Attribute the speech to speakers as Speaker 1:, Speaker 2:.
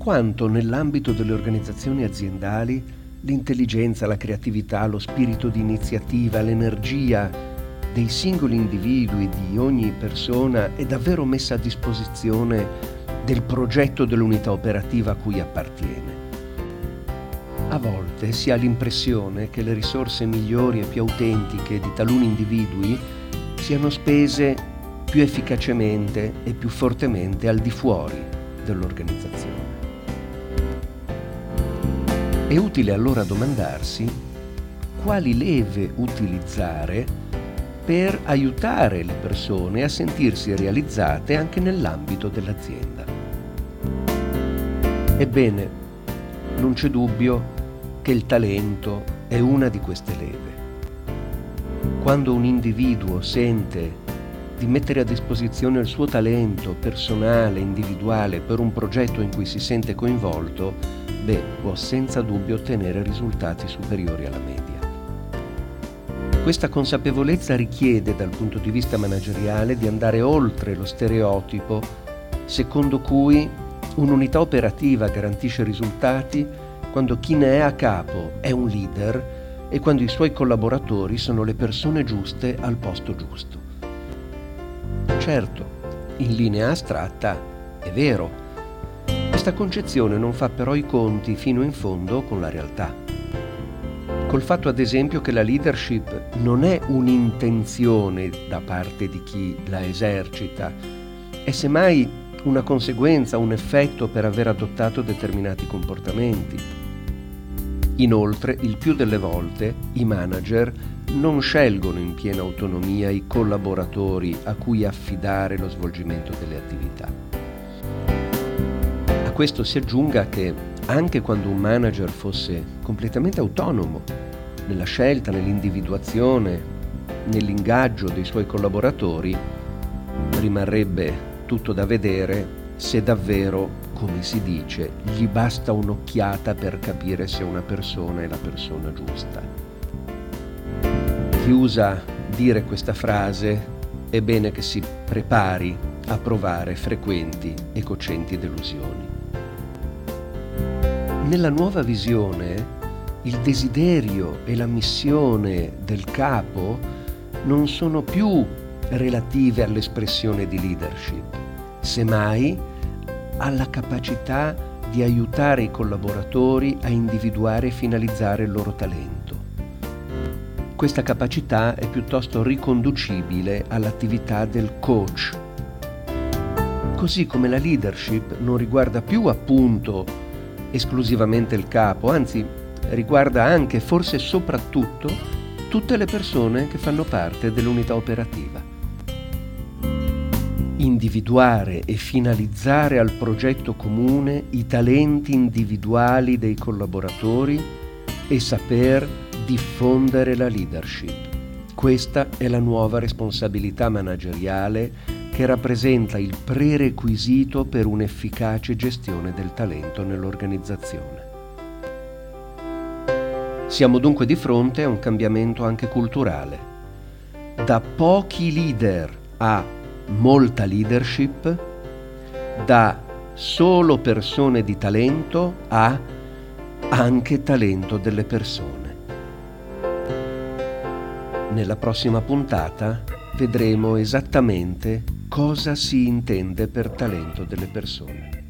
Speaker 1: quanto nell'ambito delle organizzazioni aziendali l'intelligenza, la creatività, lo spirito di iniziativa, l'energia dei singoli individui, di ogni persona è davvero messa a disposizione del progetto dell'unità operativa a cui appartiene. A volte si ha l'impressione che le risorse migliori e più autentiche di taluni individui siano spese più efficacemente e più fortemente al di fuori dell'organizzazione. È utile allora domandarsi quali leve utilizzare per aiutare le persone a sentirsi realizzate anche nell'ambito dell'azienda. Ebbene, non c'è dubbio che il talento è una di queste leve. Quando un individuo sente di mettere a disposizione il suo talento personale, individuale, per un progetto in cui si sente coinvolto, può senza dubbio ottenere risultati superiori alla media. Questa consapevolezza richiede, dal punto di vista manageriale, di andare oltre lo stereotipo secondo cui un'unità operativa garantisce risultati quando chi ne è a capo è un leader e quando i suoi collaboratori sono le persone giuste al posto giusto. Certo, in linea astratta è vero. Questa concezione non fa però i conti fino in fondo con la realtà. Col fatto, ad esempio, che la leadership non è un'intenzione da parte di chi la esercita, è semmai una conseguenza, un effetto per aver adottato determinati comportamenti. Inoltre, il più delle volte, i manager non scelgono in piena autonomia i collaboratori a cui affidare lo svolgimento delle attività. A questo si aggiunga che anche quando un manager fosse completamente autonomo nella scelta, nell'individuazione, nell'ingaggio dei suoi collaboratori, rimarrebbe tutto da vedere se davvero, come si dice, gli basta un'occhiata per capire se una persona è la persona giusta. Chi usa dire questa frase è bene che si prepari a provare frequenti e cocenti delusioni. Nella nuova visione, il desiderio e la missione del capo non sono più relative all'espressione di leadership, semmai alla capacità di aiutare i collaboratori a individuare e finalizzare il loro talento. Questa capacità è piuttosto riconducibile all'attività del coach. Così come la leadership non riguarda più appunto esclusivamente il capo, anzi riguarda anche, forse soprattutto, tutte le persone che fanno parte dell'unità operativa. Individuare e finalizzare al progetto comune i talenti individuali dei collaboratori e saper diffondere la leadership. Questa è la nuova responsabilità manageriale che rappresenta il prerequisito per un'efficace gestione del talento nell'organizzazione. Siamo dunque di fronte a un cambiamento anche culturale. Da pochi leader a molta leadership, da solo persone di talento a anche talento delle persone. Nella prossima puntata vedremo esattamente cosa si intende per talento delle persone.